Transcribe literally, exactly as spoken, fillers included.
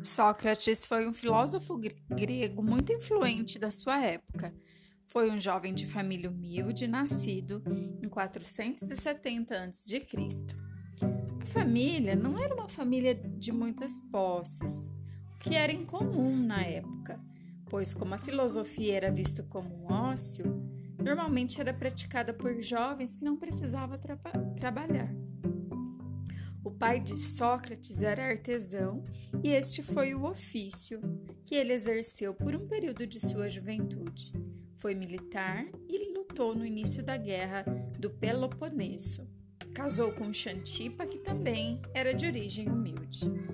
Sócrates foi um filósofo grego muito influente da sua época. Foi um jovem de família humilde, nascido em quatrocentos e setenta antes de Cristo. A família não era uma família de muitas posses, o que era incomum na época, pois como a filosofia era vista como um ócio, normalmente era praticada por jovens que não precisavam tra- trabalhar. O pai de Sócrates era artesão e este foi o ofício que ele exerceu por um período de sua juventude. Foi militar e lutou no início da Guerra do Peloponeso. Casou com Xantipa, que também era de origem humilde.